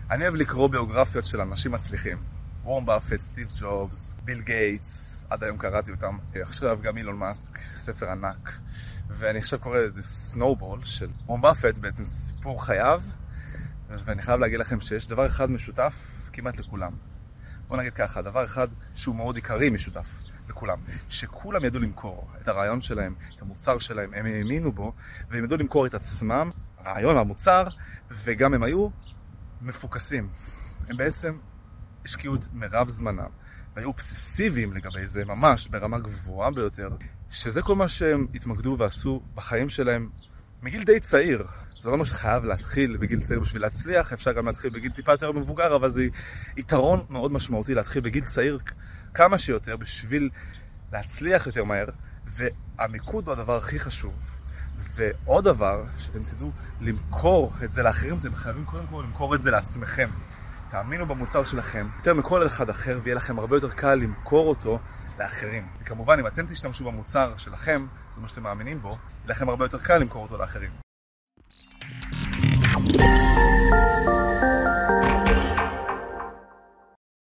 אני אוהב לקרוא ביוגרפיות של אנשים מצליחים. וורן באפט, סטיב ג'ובס, ביל גייטס, עד היום קראתי אותם. עכשיו גם אילון מאסק, ספר ענק. ואני עכשיו קורא The Snowball של וורן באפט, בעצם סיפור חייו. ואני חייב להגיד לכם שיש דבר אחד משותף כמעט לכולם. בוא נגיד ככה, דבר אחד שהוא מאוד עיקרי משותף לכולם. שכולם ידעו למכור את הרעיון שלהם, את המוצר שלהם, הם האמינו בו, והם ידעו למכור את עצמם, הרעיון והמוצר, וגם הם היו מפוקסים. הם בעצם השקיעו את מרב זמנם, והיו אובססיביים לגבי זה, ממש ברמה גבוהה ביותר, שזה כל מה שהם התמקדו ועשו בחיים שלהם מגיל די צעיר. זה לא אומר שחייב להתחיל בגיל צעיר בשביל להצליח, אפשר גם להתחיל בגיל טיפה יותר מבוגר, אבל זה יתרון מאוד משמעותי להתחיל בגיל צעיר כמה שיותר בשביל להצליח יותר מהר, והמיקוד הוא הדבר הכי חשוב. ועוד דבר, שאתם תדעו למכור את זה לאחרים, אתם חייבים קודם כל למכור את זה לעצמכם. תאמינו במוצר שלכם, יותר מכל אחד אחר, ויהיה לכם הרבה יותר קל למכור אותו לאחרים. וכמובן, אם אתם תשתמשו במוצר שלכם, זאת אומרת שאתם מאמינים בו, יהיה לכם הרבה יותר קל למכור אותו לאחרים.